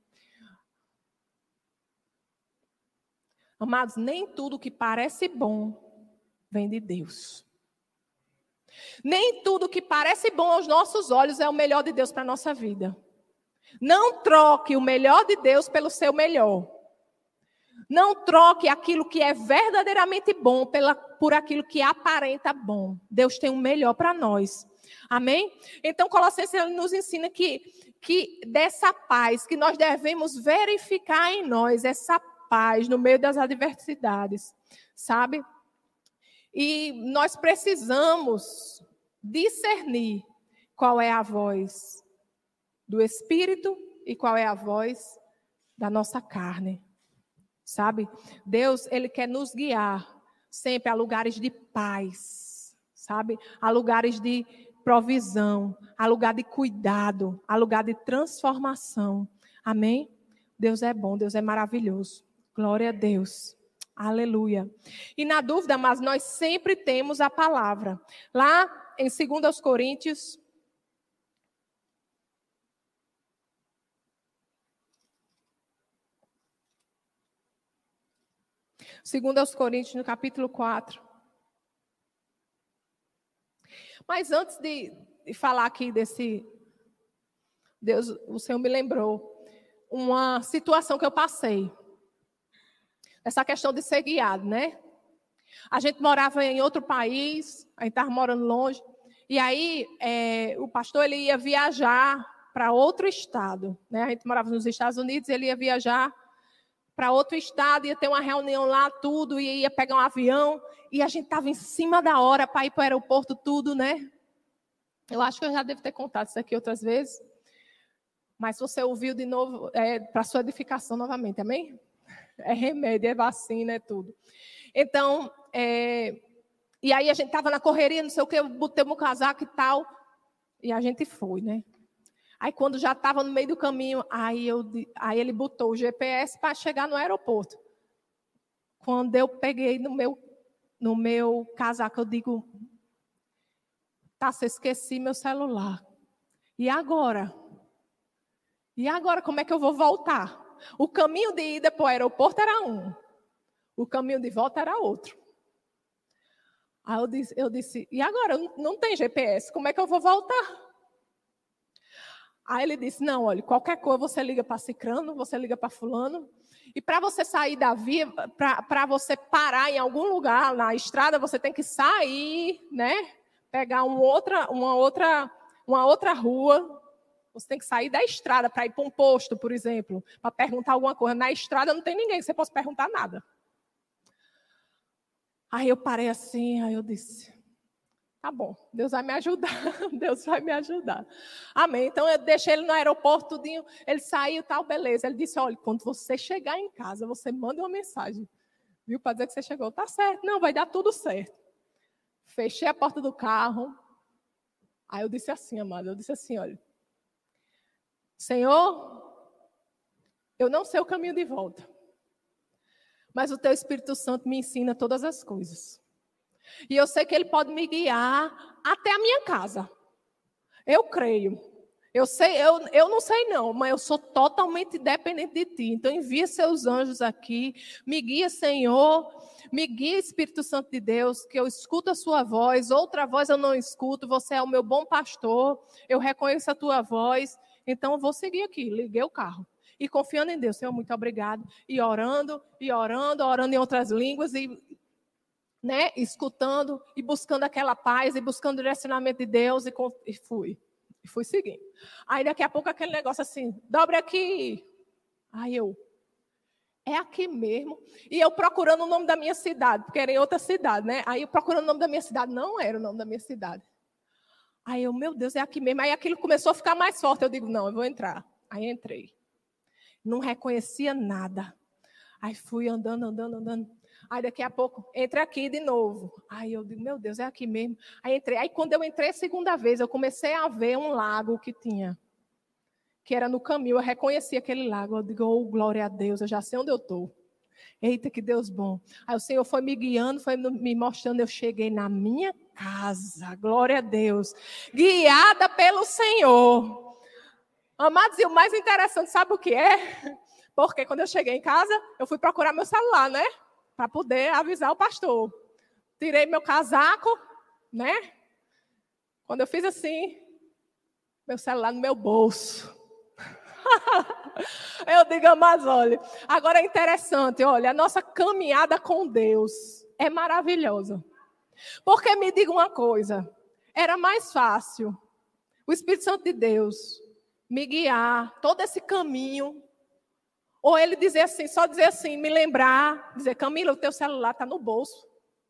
Amados, nem tudo que parece bom vem de Deus. Nem tudo que parece bom aos nossos olhos é o melhor de Deus para a nossa vida. Não troque o melhor de Deus pelo seu melhor. Não troque aquilo que é verdadeiramente bom pela, por aquilo que aparenta bom. Deus tem o melhor para nós. Amém? Então, Colossenses nos ensina que, que dessa paz que nós devemos verificar em nós, essa paz no meio das adversidades, sabe? E nós precisamos discernir qual é a voz do Espírito e qual é a voz da nossa carne, sabe? Deus, Ele quer nos guiar sempre a lugares de paz, sabe? A lugares de provisão, a lugar de cuidado, a lugar de transformação. Amém? Deus é bom, Deus é maravilhoso. Glória a Deus. Aleluia. E na dúvida, mas nós sempre temos a palavra. Lá em dois Coríntios, dois Coríntios, no capítulo quatro. Mas antes de, de falar aqui desse, Deus, o Senhor me lembrou uma situação que eu passei. Essa questão de ser guiado, né? A gente morava em outro país, a gente estava morando longe, e aí é, o pastor ele ia viajar para outro estado, né? A gente morava nos Estados Unidos, ele ia viajar para outro estado, ia ter uma reunião lá, tudo, e ia pegar um avião, e a gente estava em cima da hora para ir para o aeroporto, tudo, né? Eu acho que eu já devo ter contado isso aqui outras vezes, mas se você ouviu de novo, é para sua edificação novamente, amém? É remédio, é vacina, é tudo. Então, é, e aí a gente estava na correria, não sei o que, eu botei o meu casaco e tal, e a gente foi, né? Aí quando já estava no meio do caminho, aí, eu, aí ele botou o G P S para chegar no aeroporto. Quando eu peguei no meu, no meu casaco, eu digo, tá, se esqueci meu celular. E agora? E agora, como é que eu vou voltar? O caminho de ida para o aeroporto era um. O caminho de volta era outro. Aí eu disse, eu disse, e agora? Não tem G P S, como é que eu vou voltar? Aí ele disse, não, olha, qualquer coisa você liga para Cicrano, você liga para fulano. E para você sair da via, para você parar em algum lugar na estrada, você tem que sair, né? Pegar uma outra, uma outra, uma outra rua. Você tem que sair da estrada para ir para um posto, por exemplo, para perguntar alguma coisa. Na estrada não tem ninguém, você pode perguntar nada. Aí eu parei assim, aí eu disse, tá bom, Deus vai me ajudar, Deus vai me ajudar. Amém. Então eu deixei ele no aeroporto, tudinho, ele saiu e tal, beleza. Ele disse, olha, quando você chegar em casa, você manda uma mensagem, viu, para dizer que você chegou. Tá certo, não, vai dar tudo certo. Fechei a porta do carro, aí eu disse assim, amada, eu disse assim, olha, Senhor, eu não sei o caminho de volta, mas o Teu Espírito Santo me ensina todas as coisas. E eu sei que Ele pode me guiar até a minha casa. Eu creio. Eu sei, eu, eu não sei não, mas eu sou totalmente dependente de Ti. Então envia Seus anjos aqui, me guia, Senhor, me guia, Espírito Santo de Deus, que eu escuto a Sua voz, outra voz eu não escuto, você é o meu bom pastor, eu reconheço a Tua voz, então eu vou seguir aqui. Liguei o carro. E confiando em Deus, Senhor, muito obrigado. E orando, e orando, orando em outras línguas, e, né, escutando, e buscando aquela paz, e buscando o direcionamento de Deus, e, e fui. E fui seguindo. Aí daqui a pouco aquele negócio assim, dobre aqui. Aí eu, é aqui mesmo. E eu procurando o nome da minha cidade, porque era em outra cidade, né? Aí eu procurando o nome da minha cidade, não era o nome da minha cidade. Aí eu, meu Deus, é aqui mesmo. Aí aquilo começou a ficar mais forte. Eu digo, não, eu vou entrar. Aí entrei. Não reconhecia nada. Aí fui andando, andando, andando. Aí daqui a pouco, entre aqui de novo. Aí eu digo, meu Deus, é aqui mesmo. Aí entrei. Aí quando eu entrei a segunda vez, eu comecei a ver um lago que tinha. Que era no caminho, eu reconheci aquele lago. Eu digo, oh, glória a Deus, eu já sei onde eu estou. Eita, que Deus bom. Aí o Senhor foi me guiando, foi me mostrando. Eu cheguei na minha casa, glória a Deus. Guiada pelo Senhor. Amados, e o mais interessante, sabe o que é? Porque quando eu cheguei em casa, eu fui procurar meu celular, né? Para poder avisar o pastor. Tirei meu casaco, né? Quando eu fiz assim, meu celular no meu bolso. Eu digo, mas olha, agora é interessante, olha, a nossa caminhada com Deus é maravilhosa. Porque me diga uma coisa, era mais fácil o Espírito Santo de Deus me guiar todo esse caminho, ou ele dizer assim, só dizer assim, me lembrar, dizer, Camila, o teu celular está no bolso.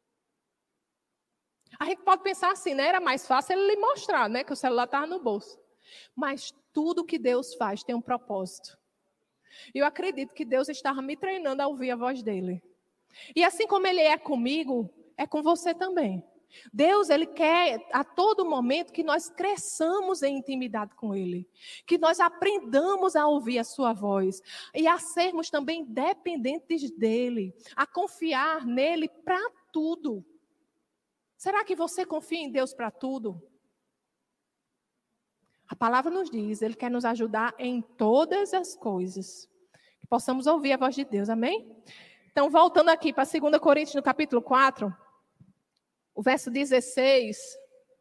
A gente pode pensar assim, né? Era mais fácil ele lhe mostrar, né? Que o celular estava no bolso. Mas tudo que Deus faz tem um propósito. E eu acredito que Deus estava me treinando a ouvir a voz dele. E assim como ele é comigo, é com você também. Deus, ele quer a todo momento que nós cresçamos em intimidade com ele. Que nós aprendamos a ouvir a sua voz. E a sermos também dependentes dele. A confiar nele para tudo. Será que você confia em Deus para tudo? A palavra nos diz, ele quer nos ajudar em todas as coisas. Que possamos ouvir a voz de Deus, amém? Então, voltando aqui para dois Coríntios, no capítulo quatro, o verso dezesseis.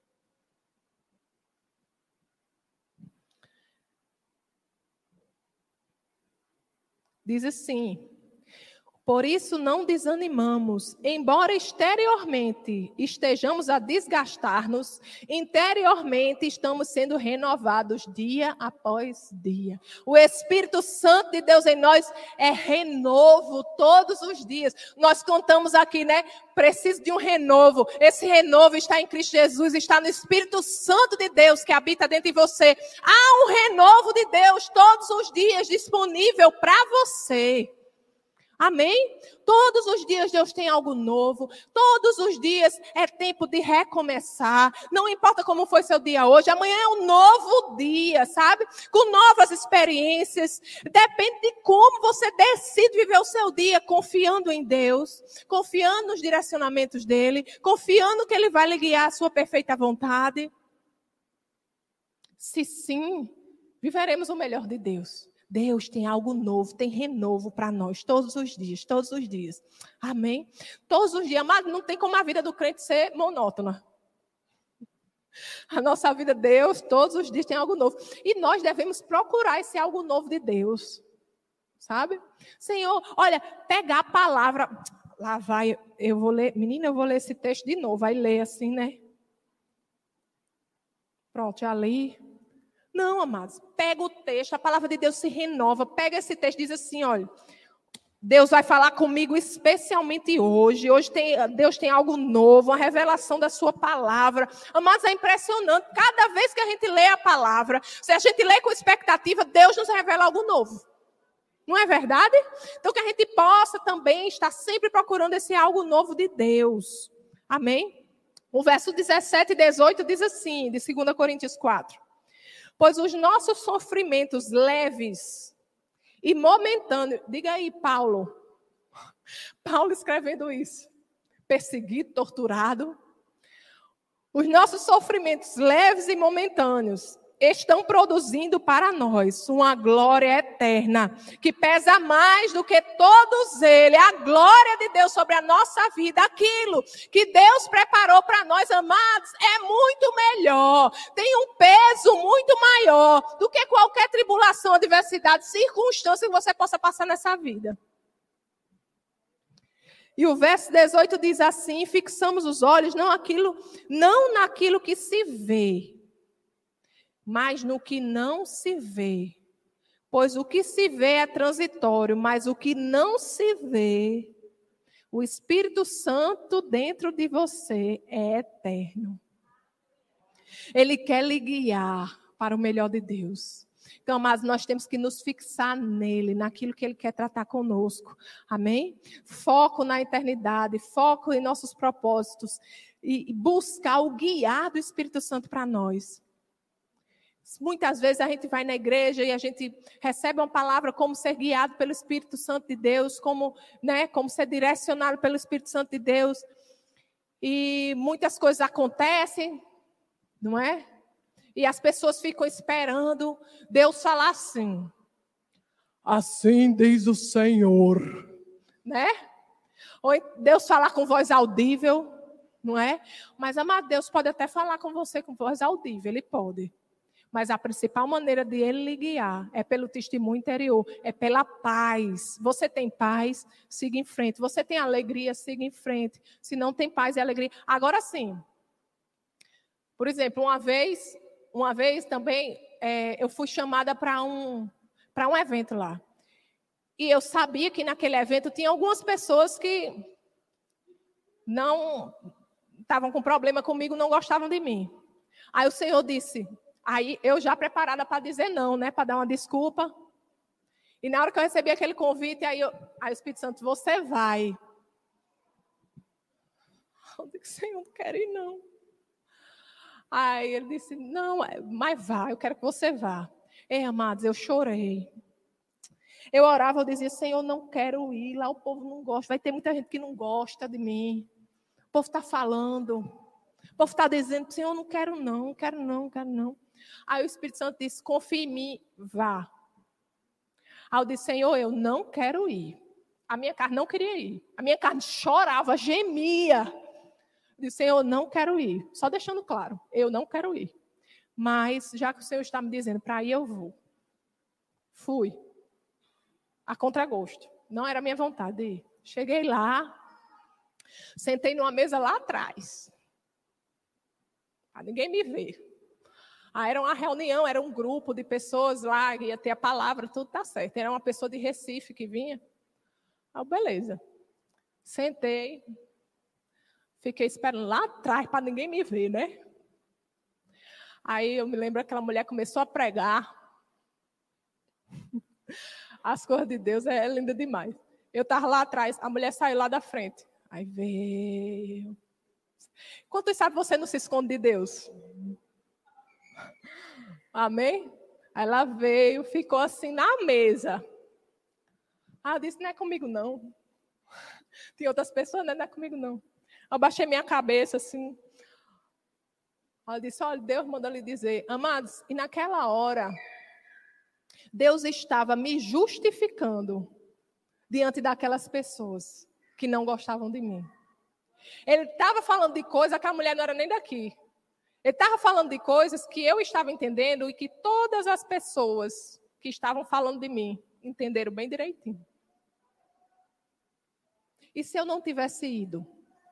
Diz assim: por isso não desanimamos, embora exteriormente estejamos a desgastar-nos, interiormente estamos sendo renovados dia após dia. O Espírito Santo de Deus em nós é renovo todos os dias. Nós contamos aqui, né? Preciso de um renovo. Esse renovo está em Cristo Jesus, está no Espírito Santo de Deus que habita dentro de você. Há um renovo de Deus todos os dias disponível para você. Amém? Todos os dias Deus tem algo novo. Todos os dias é tempo de recomeçar. Não importa como foi seu dia hoje. Amanhã é um novo dia, sabe? Com novas experiências. Depende de como você decide viver o seu dia. Confiando em Deus. Confiando nos direcionamentos dEle. Confiando que Ele vai lhe guiar à sua perfeita vontade. Se sim, viveremos o melhor de Deus. Deus tem algo novo, tem renovo para nós todos os dias, todos os dias. Amém? Todos os dias, mas não tem como a vida do crente ser monótona. A nossa vida, Deus, todos os dias tem algo novo. E nós devemos procurar esse algo novo de Deus. Sabe? Senhor, olha, pegar a palavra. Lá vai, eu vou ler. Menina, eu vou ler esse texto de novo. Vai ler assim, né? Pronto, já li. Não, amados, pega o texto, a palavra de Deus se renova, pega esse texto e diz assim, olha, Deus vai falar comigo especialmente hoje. Hoje tem, Deus tem algo novo, uma revelação da sua palavra. Mas é impressionante. Cada vez que a gente lê a palavra, se a gente lê com expectativa, Deus nos revela algo novo. Não é verdade? Então que a gente possa também estar sempre procurando esse algo novo de Deus. Amém? O verso dezessete e dezoito diz assim, de dois Coríntios quatro. Pois os nossos sofrimentos leves e momentâneo, diga aí, Paulo. Paulo escrevendo isso. Perseguido, torturado. Os nossos sofrimentos leves e momentâneos estão produzindo para nós uma glória eterna, que pesa mais do que todos eles. A glória de Deus sobre a nossa vida, aquilo que Deus preparou para nós, amados, é muito melhor. Tem um peso muito maior do que qualquer tribulação, adversidade, circunstância que você possa passar nessa vida. E o verso dezoito diz assim: fixamos os olhos não, aquilo, não naquilo que se vê, mas no que não se vê. Pois o que se vê é transitório, mas o que não se vê, o Espírito Santo dentro de você é eterno. Ele quer lhe guiar para o melhor de Deus. Então, mas nós temos que nos fixar nele, naquilo que ele quer tratar conosco. Amém? Foco na eternidade, foco em nossos propósitos e buscar o guiar do Espírito Santo para nós. Muitas vezes a gente vai na igreja e a gente recebe uma palavra como ser guiado pelo Espírito Santo de Deus, como, né, como ser direcionado pelo Espírito Santo de Deus. E muitas coisas acontecem, não é? E as pessoas ficam esperando Deus falar assim. Assim diz o Senhor. Né? Ou Deus falar com voz audível, não é? Mas, amado, Deus pode até falar com você com voz audível, Ele pode. Mas a principal maneira de Ele lhe guiar é pelo testemunho interior, é pela paz. Você tem paz, siga em frente. Você tem alegria, siga em frente. Se não tem paz e alegria. Agora sim, por exemplo, uma vez, uma vez também, é, eu fui chamada para um, para um evento lá. E eu sabia que naquele evento tinha algumas pessoas que não estavam com problema comigo, não gostavam de mim. Aí o Senhor disse... Aí eu já preparada para dizer não, né? Para dar uma desculpa. E na hora que eu recebi aquele convite, aí, eu, aí o Espírito Santo, você vai. Eu disse, Senhor, não quero ir não. Aí ele disse, não, mas vá, eu quero que você vá. Ei, amados, eu chorei. Eu orava, eu dizia, Senhor, não quero ir. Lá o povo não gosta, vai ter muita gente que não gosta de mim. O povo está falando. O povo está dizendo, Senhor, eu não quero não, não quero não, não quero não. Aí o Espírito Santo disse, confie em mim, vá. Aí eu disse, Senhor, eu não quero ir. A minha carne não queria ir. A minha carne chorava, gemia. Eu disse, Senhor, eu não quero ir. Só deixando claro, eu não quero ir. Mas já que o Senhor está me dizendo, para ir eu vou. Fui. A contragosto. Não era a minha vontade de ir. Cheguei lá, sentei numa mesa lá atrás. Para ninguém me ver. Ah, era uma reunião, era um grupo de pessoas lá, ia ter a palavra, tudo tá certo. Era uma pessoa de Recife que vinha. Ah, beleza. Sentei, fiquei esperando lá atrás para ninguém me ver, né? Aí eu me lembro que aquela mulher começou a pregar. As coisas de Deus é linda demais. Eu estava lá atrás, a mulher saiu lá da frente. Aí veio. Quantos sabe você não se esconde de Deus? Amém? Aí ela veio, ficou assim na mesa. Ah, eu disse, não é comigo não. Tinha outras pessoas, não é comigo não. Eu baixei minha cabeça assim. Ela disse, olha, Deus mandou lhe dizer, amados, e naquela hora, Deus estava me justificando diante daquelas pessoas que não gostavam de mim. Ele estava falando de coisa que a mulher não era nem daqui. Ele estava falando de coisas que eu estava entendendo e que todas as pessoas que estavam falando de mim entenderam bem direitinho. E se eu não tivesse ido?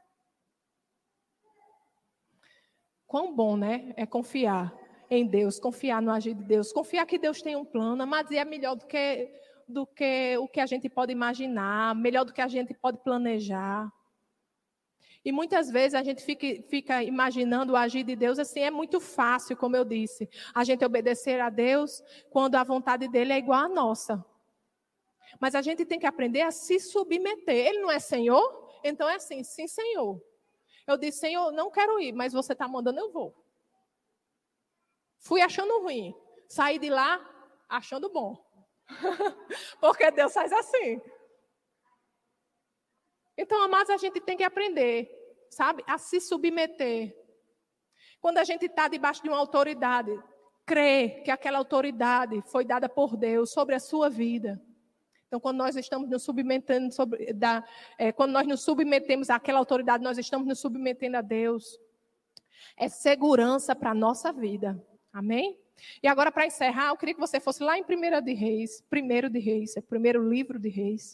Quão bom, né? É confiar em Deus, confiar no agir de Deus, confiar que Deus tem um plano, mas é melhor do que, do que o que a gente pode imaginar, melhor do que a gente pode planejar. E muitas vezes a gente fica, fica imaginando o agir de Deus assim, é muito fácil, como eu disse, a gente obedecer a Deus quando a vontade dele é igual à nossa. Mas a gente tem que aprender a se submeter. Ele não é Senhor? Então é assim, sim, Senhor. Eu disse, Senhor, não quero ir, mas você está mandando, eu vou. Fui achando ruim, saí de lá achando bom. Porque Deus faz assim. Então, amados, a gente tem que aprender, sabe, a se submeter. Quando a gente está debaixo de uma autoridade, crer que aquela autoridade foi dada por Deus sobre a sua vida. Então, quando nós estamos nos submetendo, sobre, da, é, quando nós nos submetemos àquela autoridade, nós estamos nos submetendo a Deus. É segurança para a nossa vida. Amém? E agora, para encerrar, eu queria que você fosse lá em Primeira de Reis, Primeiro de Reis, é o primeiro livro de Reis.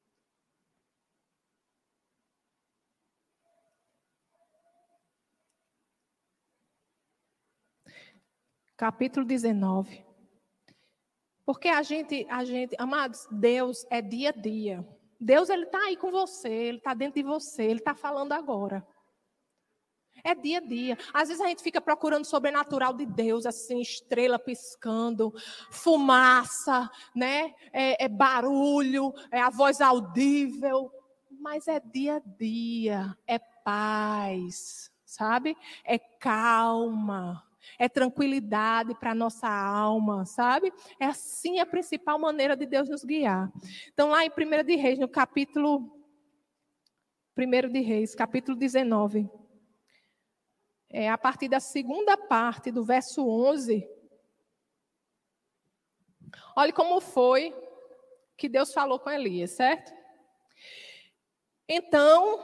Capítulo dezenove. Porque a gente, a gente, amados, Deus é dia a dia. Deus, ele está aí com você, ele está dentro de você, ele está falando agora. É dia a dia. Às vezes a gente fica procurando o sobrenatural de Deus, assim, estrela piscando, fumaça, né? É, é barulho, é a voz audível. Mas é dia a dia, é paz, sabe? É calma, é tranquilidade para a nossa alma, sabe? É assim a principal maneira de Deus nos guiar. Então, lá em Primeira de Reis, no capítulo... Primeiro de Reis, capítulo dezenove... É, a partir da segunda parte do verso onze, olha como foi que Deus falou com Elias, certo? Então,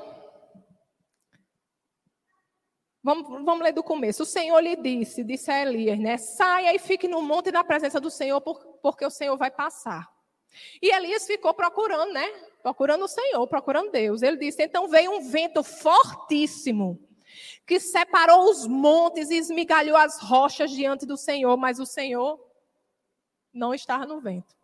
vamos, vamos ler do começo. O Senhor lhe disse, disse a Elias, né? Saia e fique no monte na presença do Senhor, porque o Senhor vai passar. E Elias ficou procurando, né? Procurando o Senhor, procurando Deus. Ele disse, então veio um vento fortíssimo, que separou os montes e esmigalhou as rochas diante do Senhor, mas o Senhor não estava no vento.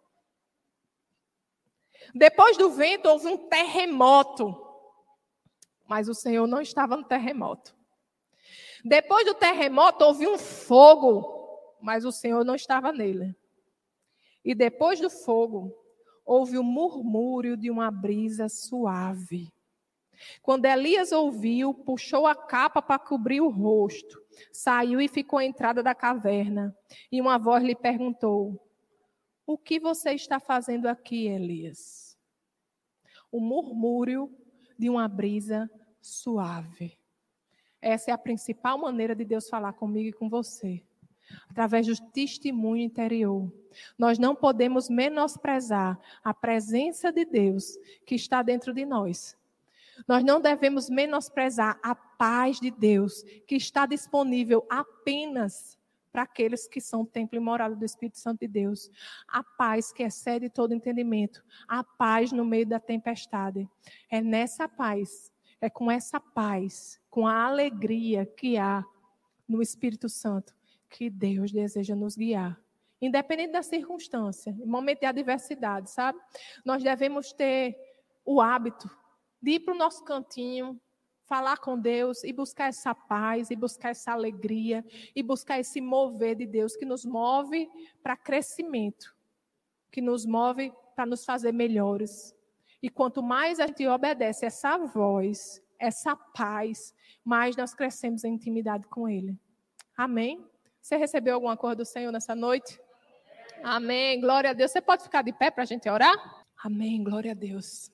Depois do vento houve um terremoto, mas o Senhor não estava no terremoto. Depois do terremoto houve um fogo, mas o Senhor não estava nele. E depois do fogo houve o murmúrio de uma brisa suave. Quando Elias ouviu, puxou a capa para cobrir o rosto, saiu e ficou à entrada da caverna. E uma voz lhe perguntou, o que você está fazendo aqui, Elias? O murmúrio de uma brisa suave. Essa é a principal maneira de Deus falar comigo e com você. Através do testemunho interior. Nós não podemos menosprezar a presença de Deus que está dentro de nós. Nós não devemos menosprezar a paz de Deus, que está disponível apenas para aqueles que são templo e morada do Espírito Santo de Deus. A paz que excede todo entendimento. A paz no meio da tempestade. É nessa paz, é com essa paz, com a alegria que há no Espírito Santo, que Deus deseja nos guiar. Independente da circunstância, em momento de adversidade, sabe? Nós devemos ter o hábito de ir para o nosso cantinho, falar com Deus e buscar essa paz, e buscar essa alegria, e buscar esse mover de Deus que nos move para crescimento, que nos move para nos fazer melhores. E quanto mais a gente obedece essa voz, essa paz, mais nós crescemos em intimidade com Ele. Amém? Você recebeu alguma coisa do Senhor nessa noite? Amém, glória a Deus. Você pode ficar de pé para a gente orar? Amém, glória a Deus.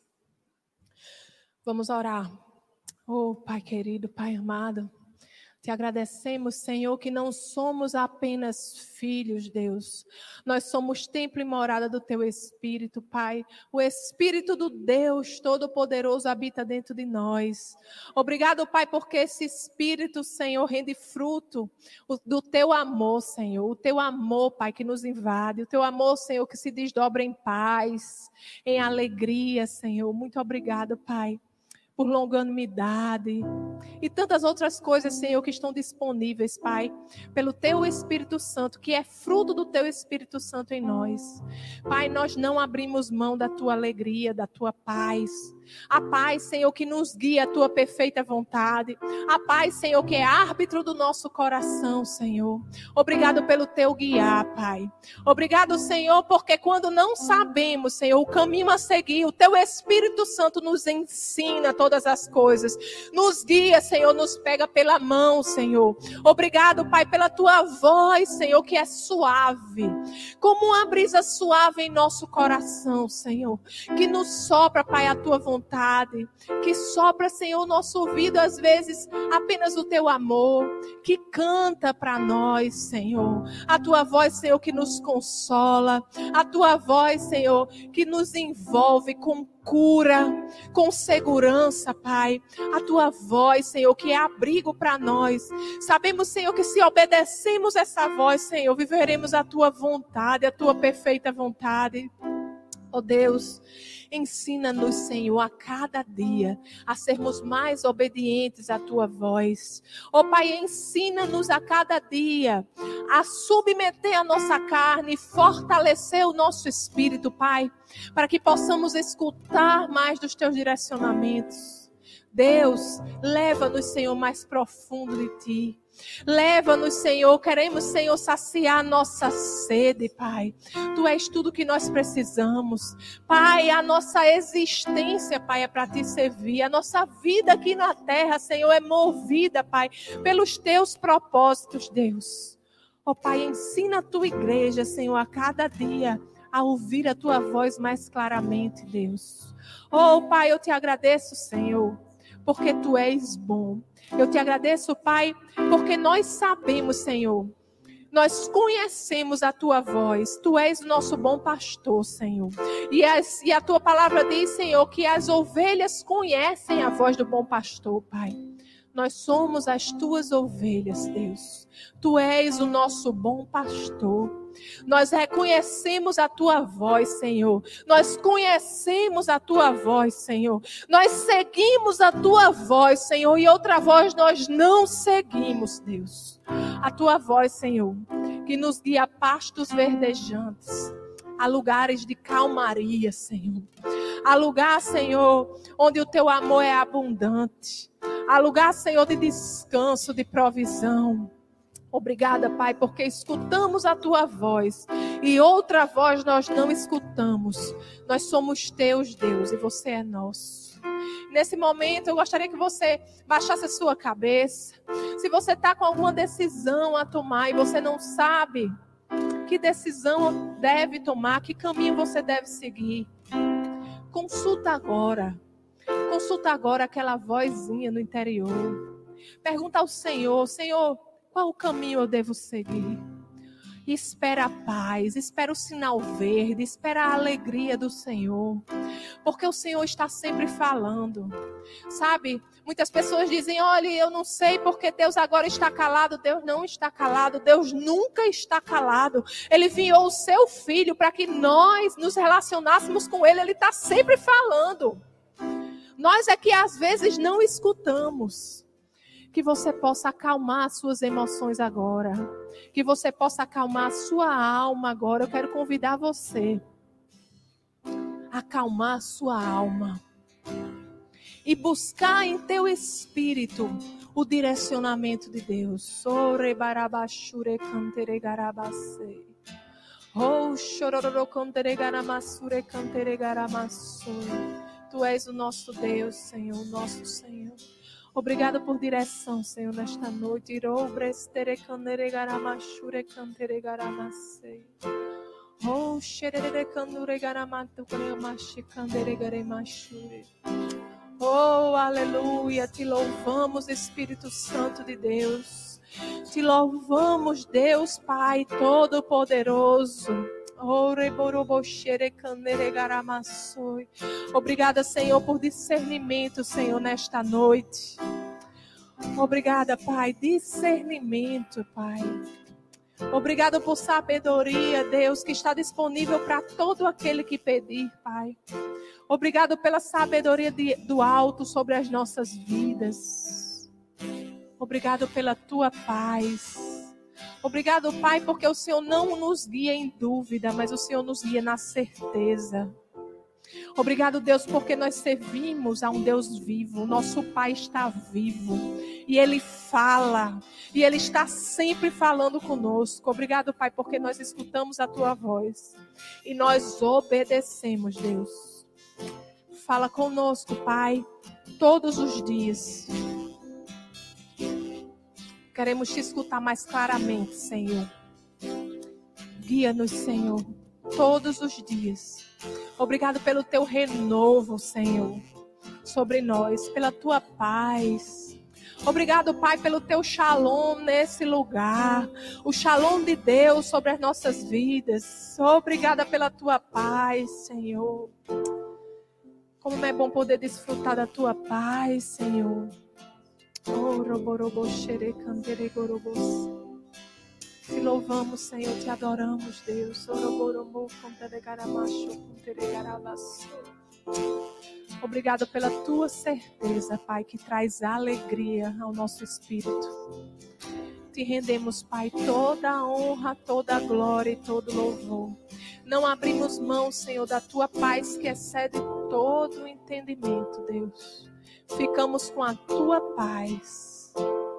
Vamos orar. Oh, Pai querido, Pai amado, te agradecemos, Senhor, que não somos apenas filhos, Deus. Nós somos templo e morada do Teu Espírito, Pai. O Espírito do Deus Todo-Poderoso habita dentro de nós. Obrigado, Pai, porque esse Espírito, Senhor, rende fruto do Teu amor, Senhor. O Teu amor, Pai, que nos invade. O Teu amor, Senhor, que se desdobra em paz, em alegria, Senhor. Muito obrigado, Pai. por longanimidade e tantas outras coisas, Senhor, que estão disponíveis, Pai, pelo Teu Espírito Santo, que é fruto do Teu Espírito Santo em nós. Pai, nós não abrimos mão da Tua alegria, da Tua paz. A paz, Senhor, que nos guia a Tua perfeita vontade. A paz, Senhor, que é árbitro do nosso coração, Senhor. Obrigado pelo Teu guiar, Pai. Obrigado, Senhor, porque quando não sabemos, Senhor, o caminho a seguir, o Teu Espírito Santo nos ensina todas as coisas. Nos guia, Senhor, nos pega pela mão, Senhor. Obrigado, Pai, pela Tua voz, Senhor, que é suave. Como uma brisa suave em nosso coração, Senhor. Que nos sopra, Pai, a Tua vontade. Vontade, que sopra, Senhor, nosso ouvido, às vezes, apenas o Teu amor, que canta para nós, Senhor. A Tua voz, Senhor, que nos consola. A Tua voz, Senhor, que nos envolve com cura, com segurança, Pai. A Tua voz, Senhor, que é abrigo para nós. Sabemos, Senhor, que se obedecemos essa voz, Senhor, viveremos a Tua vontade, a Tua perfeita vontade. Oh Deus, ensina-nos, Senhor, a cada dia a sermos mais obedientes à Tua voz. Oh Pai, ensina-nos a cada dia a submeter a nossa carne e fortalecer o nosso espírito, Pai, para que possamos escutar mais dos Teus direcionamentos. Deus, leva-nos, Senhor, mais profundo de Ti. Leva-nos, Senhor, queremos, Senhor, saciar nossa sede, Pai. Tu és tudo que nós precisamos. Pai, a nossa existência, Pai, é para Te servir. A nossa vida aqui na terra, Senhor, é movida, Pai, pelos Teus propósitos, Deus. Ó Pai, ensina a Tua igreja, Senhor, a cada dia a ouvir a Tua voz mais claramente, Deus. Oh Pai, eu Te agradeço, Senhor, porque Tu és bom. Eu Te agradeço, Pai, porque nós sabemos, Senhor, nós conhecemos a Tua voz. Tu és o nosso bom pastor, Senhor. E, as, e a Tua palavra diz, Senhor, que as ovelhas conhecem a voz do bom pastor, Pai. Nós somos as Tuas ovelhas, Deus. Tu és o nosso bom pastor. Nós reconhecemos a Tua voz, Senhor. Nós conhecemos a Tua voz, Senhor. Nós seguimos a Tua voz, Senhor. E outra voz nós não seguimos, Deus. A Tua voz, Senhor, que nos guia a pastos verdejantes, a lugares de calmaria, Senhor. A lugar, Senhor, onde o Teu amor é abundante. A lugar, Senhor, de descanso, de provisão. Obrigada, Pai, porque escutamos a Tua voz e outra voz nós não escutamos. Nós somos Teus, Deus, e Você é nosso. Nesse momento, eu gostaria que você baixasse a sua cabeça. Se você está com alguma decisão a tomar e você não sabe que decisão deve tomar, que caminho você deve seguir, consulta agora. Consulta agora aquela vozinha no interior. Pergunta ao Senhor, Senhor, qual o caminho eu devo seguir? E espera a paz, espera o sinal verde, espera a alegria do Senhor. Porque o Senhor está sempre falando. Sabe, muitas pessoas dizem, olha, eu não sei porque Deus agora está calado. Deus não está calado, Deus nunca está calado. Ele enviou o seu Filho para que nós nos relacionássemos com Ele. Ele está sempre falando. Nós é que às vezes não escutamos. Que você possa acalmar as suas emoções agora. Que você possa acalmar a sua alma agora. Eu quero convidar você a acalmar a sua alma. E buscar em teu espírito o direcionamento de Deus. Tu és o nosso Deus, Senhor, o nosso Senhor. Obrigada por direção, Senhor, nesta noite. Oh, aleluia. Te louvamos, Espírito Santo de Deus. Te louvamos, Deus Pai Todo-Poderoso. Obrigada, Senhor, por discernimento, Senhor, nesta noite. Obrigada, Pai, discernimento, Pai. Obrigado por sabedoria, Deus, que está disponível para todo aquele que pedir, Pai. Obrigado pela sabedoria de, do alto sobre as nossas vidas. Obrigado pela tua paz. Obrigado, Pai, porque o Senhor não nos guia em dúvida, mas o Senhor nos guia na certeza. Obrigado, Deus, porque nós servimos a um Deus vivo. Nosso Pai está vivo e Ele fala, e Ele está sempre falando conosco. Obrigado, Pai, porque nós escutamos a Tua voz e nós obedecemos, Deus. Fala conosco, Pai, todos os dias. Queremos Te escutar mais claramente, Senhor. Guia-nos, Senhor, todos os dias. Obrigado pelo Teu renovo, Senhor, sobre nós, pela Tua paz. Obrigado, Pai, pelo Teu shalom nesse lugar. O shalom de Deus sobre as nossas vidas. Obrigada pela Tua paz, Senhor. Como é bom poder desfrutar da Tua paz, Senhor. Oh, roborobo xere cantere gorobos. Te louvamos, Senhor, te adoramos, Deus. Obrigado pela tua certeza, Pai, que traz alegria ao nosso espírito. Te rendemos, Pai, toda a honra, toda a glória e todo louvor. Não abrimos mão, Senhor, da tua paz que excede todo o entendimento, Deus. Ficamos com a tua paz.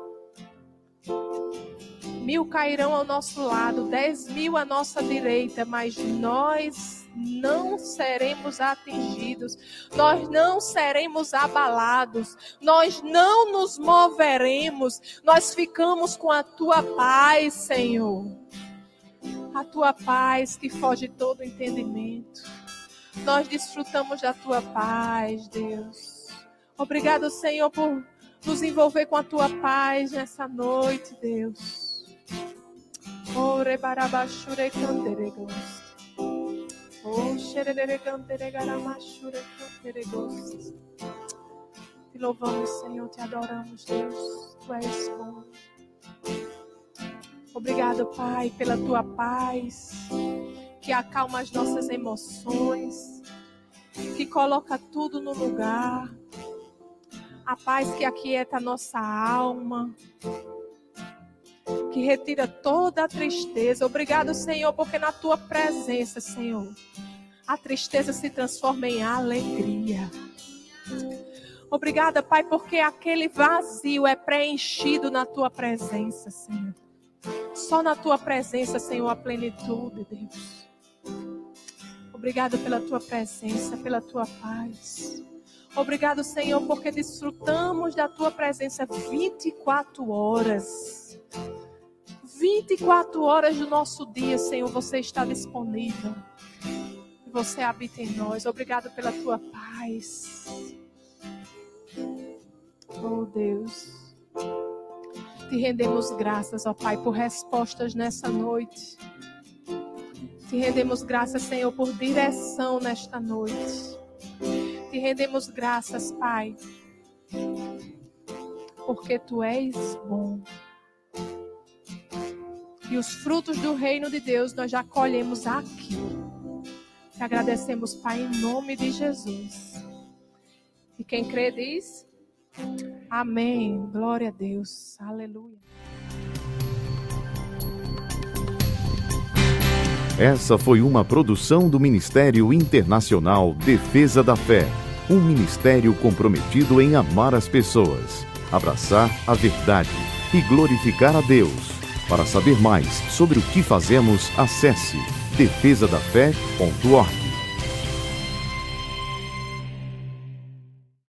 Mil cairão ao nosso lado, dez mil à nossa direita, mas nós não seremos atingidos, nós não seremos abalados, nós não nos moveremos, nós ficamos com a tua paz, Senhor. A tua paz que foge todo entendimento. Nós desfrutamos da tua paz, Deus. Obrigado, Senhor, por nos envolver com a tua paz nessa noite, Deus. Oh, rebarabashure canderegos. Oh, xerere canderegaramashure canderegos. Te louvamos, Senhor, te adoramos, Deus. Tu és bom. Obrigado, Pai, pela tua paz, que acalma as nossas emoções, que coloca tudo no lugar. A paz que aquieta a nossa alma, que retira toda a tristeza. Obrigado, Senhor, porque na tua presença, Senhor, a tristeza se transforma em alegria. Obrigada, Pai, porque aquele vazio é preenchido na tua presença, Senhor. Só na tua presença, Senhor, a plenitude, Deus. Obrigado pela tua presença, pela tua paz. Obrigado, Senhor, porque desfrutamos da tua presença vinte e quatro horas. vinte e quatro horas do nosso dia, Senhor, você está disponível. E você habita em nós. Obrigado pela tua paz. Oh, Deus. Te rendemos graças, ó Pai, por respostas nessa noite. Te rendemos graças, Senhor, por direção nesta noite. Te rendemos graças, Pai, porque Tu és bom. E os frutos do reino de Deus nós já colhemos aqui. Te agradecemos, Pai, em nome de Jesus. E quem crê diz... Amém. Glória a Deus. Aleluia. Essa foi uma produção do Ministério Internacional Defesa da Fé. Um ministério comprometido em amar as pessoas, abraçar a verdade e glorificar a Deus. Para saber mais sobre o que fazemos, acesse defesa da fé ponto org.